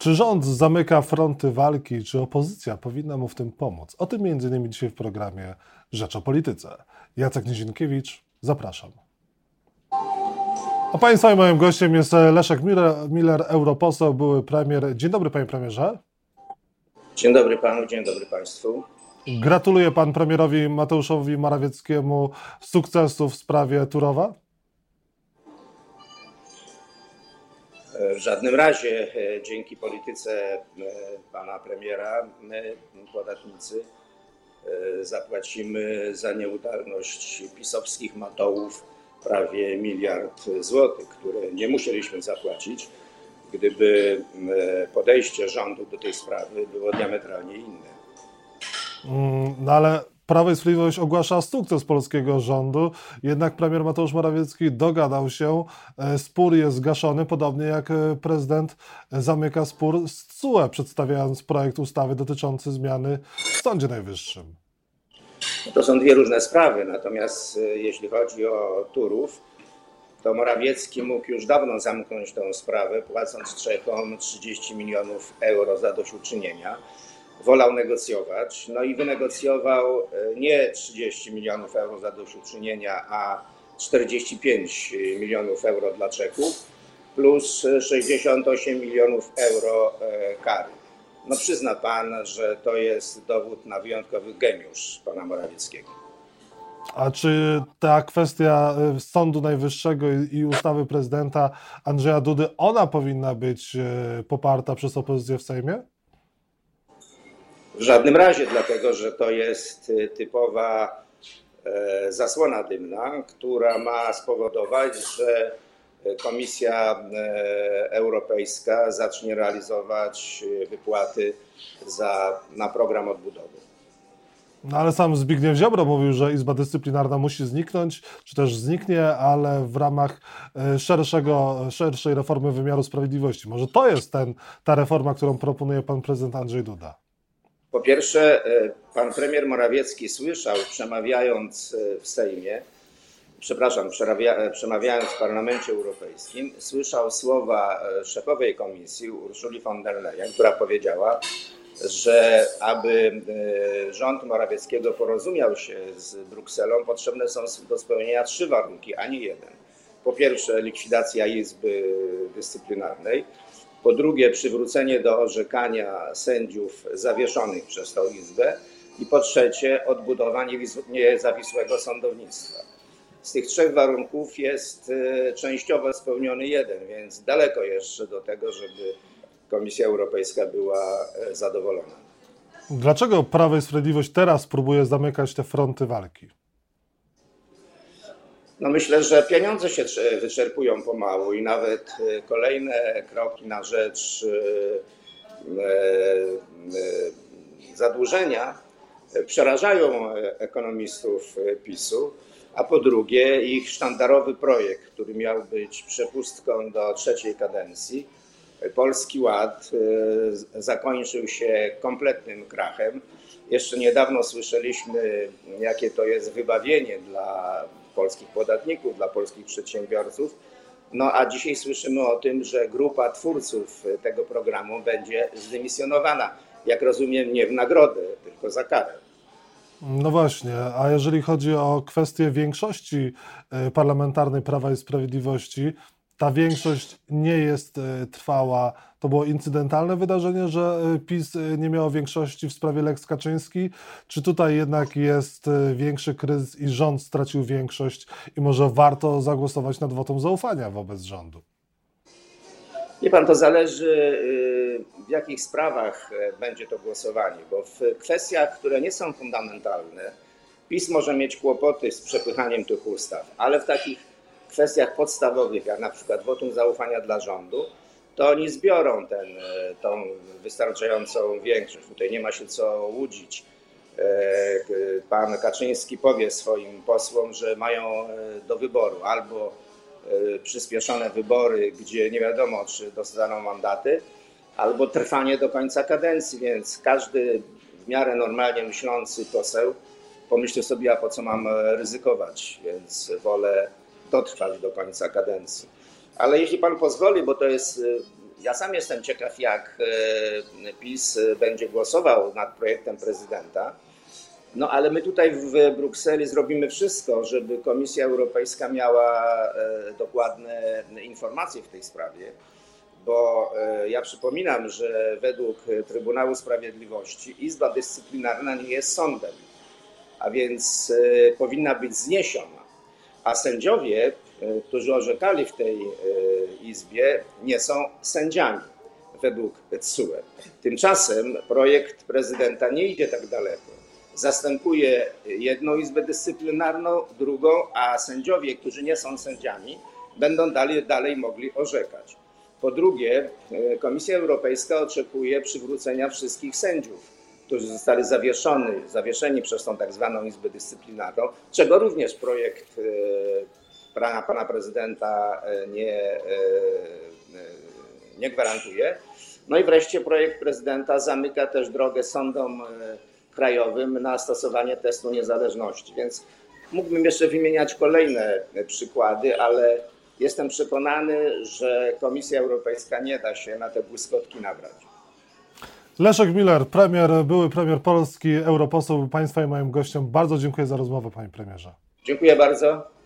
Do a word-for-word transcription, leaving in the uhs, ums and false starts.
Czy rząd zamyka fronty walki, czy opozycja powinna mu w tym pomóc? O tym między innymi dzisiaj w programie Rzecz o Polityce. Jacek Nizienkiewicz, zapraszam. A Państwa i moim gościem jest Leszek Miller, Miller, europoseł, były premier. Dzień dobry, panie premierze. Dzień dobry panu, dzień dobry państwu. Gratuluje pan premierowi Mateuszowi Morawieckiemu sukcesu w sprawie Turowa? W żadnym razie. Dzięki polityce pana premiera my, podatnicy, zapłacimy za nieudolność pisowskich matołów prawie miliard złotych, które nie musieliśmy zapłacić, gdyby podejście rządu do tej sprawy było diametralnie inne. No ale Prawo i Sprawiedliwość ogłasza sukces polskiego rządu, jednak premier Mateusz Morawiecki dogadał się, spór jest zgaszony, podobnie jak prezydent zamyka spór z T S U E, przedstawiając projekt ustawy dotyczący zmiany w Sądzie Najwyższym. To są dwie różne sprawy, natomiast jeśli chodzi o Turów, to Morawiecki mógł już dawno zamknąć tę sprawę, płacąc Czechom trzydzieści milionów euro zadośćuczynienia. Wolał negocjować, no i wynegocjował nie trzydzieści milionów euro zadośćuczynienia, a czterdzieści pięć milionów euro dla Czechów, plus sześćdziesiąt osiem milionów euro kary. No przyzna pan, że to jest dowód na wyjątkowy geniusz pana Morawieckiego. A czy ta kwestia Sądu Najwyższego i ustawy prezydenta Andrzeja Dudy, ona powinna być poparta przez opozycję w Sejmie? W żadnym razie, dlatego że to jest typowa zasłona dymna, która ma spowodować, że Komisja Europejska zacznie realizować wypłaty za, na program odbudowy. No ale sam Zbigniew Ziobro mówił, że Izba Dyscyplinarna musi zniknąć, czy też zniknie, ale w ramach szerszego, szerszej reformy wymiaru sprawiedliwości. Może to jest ten, ta reforma, którą proponuje pan prezydent Andrzej Duda? Po pierwsze, pan premier Morawiecki słyszał, przemawiając w Sejmie, przepraszam, przemawiając w Parlamencie Europejskim, słyszał słowa szefowej komisji Ursuli von der Leyen, która powiedziała, że aby rząd Morawieckiego porozumiał się z Brukselą, potrzebne są do spełnienia trzy warunki, a nie jeden. Po pierwsze, likwidacja Izby Dyscyplinarnej. Po drugie, przywrócenie do orzekania sędziów zawieszonych przez tę Izbę. I po trzecie, odbudowanie niezawisłego sądownictwa. Z tych trzech warunków jest częściowo spełniony jeden, więc daleko jeszcze do tego, żeby Komisja Europejska była zadowolona. Dlaczego Prawo i Sprawiedliwość teraz próbuje zamykać te fronty walki? No myślę, że pieniądze się wyczerpują pomału i nawet kolejne kroki na rzecz zadłużenia przerażają ekonomistów PiSu, a po drugie ich sztandarowy projekt, który miał być przepustką do trzeciej kadencji, Polski Ład, zakończył się kompletnym krachem. Jeszcze niedawno słyszeliśmy, jakie to jest wybawienie dla polskich podatników, dla polskich przedsiębiorców. No a dzisiaj słyszymy o tym, że grupa twórców tego programu będzie zdymisjonowana. Jak rozumiem, nie w nagrodę, tylko za karę. No właśnie, a jeżeli chodzi o kwestię większości parlamentarnej Prawa i Sprawiedliwości, ta większość nie jest trwała. To było incydentalne wydarzenie, że PiS nie miało większości w sprawie Lex Kaczyński? Czy tutaj jednak jest większy kryzys i rząd stracił większość i może warto zagłosować nad wotum zaufania wobec rządu? Wie pan, to zależy w jakich sprawach będzie to głosowanie, bo w kwestiach, które nie są fundamentalne, PiS może mieć kłopoty z przepychaniem tych ustaw, ale w takich kwestiach podstawowych, jak na przykład wotum zaufania dla rządu, to oni zbiorą ten, tą wystarczającą większość. Tutaj nie ma się co łudzić. Pan Kaczyński powie swoim posłom, że mają do wyboru albo przyspieszone wybory, gdzie nie wiadomo, czy dostaną mandaty, albo trwanie do końca kadencji, więc każdy w miarę normalnie myślący poseł pomyśli sobie, a po co mam ryzykować, więc wolę dotrwać do końca kadencji. Ale jeśli pan pozwoli, bo to jest Ja sam jestem ciekaw, jak PiS będzie głosował nad projektem prezydenta. No ale my tutaj w Brukseli zrobimy wszystko, żeby Komisja Europejska miała dokładne informacje w tej sprawie, bo ja przypominam, że według Trybunału Sprawiedliwości Izba Dyscyplinarna nie jest sądem, a więc powinna być zniesiona, a sędziowie, którzy orzekali w tej Izbie, nie są sędziami według T S U E. Tymczasem projekt prezydenta nie idzie tak daleko. Zastępuje jedną Izbę Dyscyplinarną, drugą, a sędziowie, którzy nie są sędziami, będą dalej, dalej mogli orzekać. Po drugie, Komisja Europejska oczekuje przywrócenia wszystkich sędziów, którzy zostali zawieszeni, zawieszeni przez tą tak zwaną Izbę Dyscyplinarną, czego również projekt pana, pana prezydenta nie, nie gwarantuje. No i wreszcie projekt prezydenta zamyka też drogę sądom krajowym na stosowanie testu niezależności. Więc mógłbym jeszcze wymieniać kolejne przykłady, ale jestem przekonany, że Komisja Europejska nie da się na te błyskotki nabrać. Leszek Miller, premier, były premier Polski, europoseł, państwa i moim gościem. Bardzo dziękuję za rozmowę, panie premierze. Dziękuję bardzo.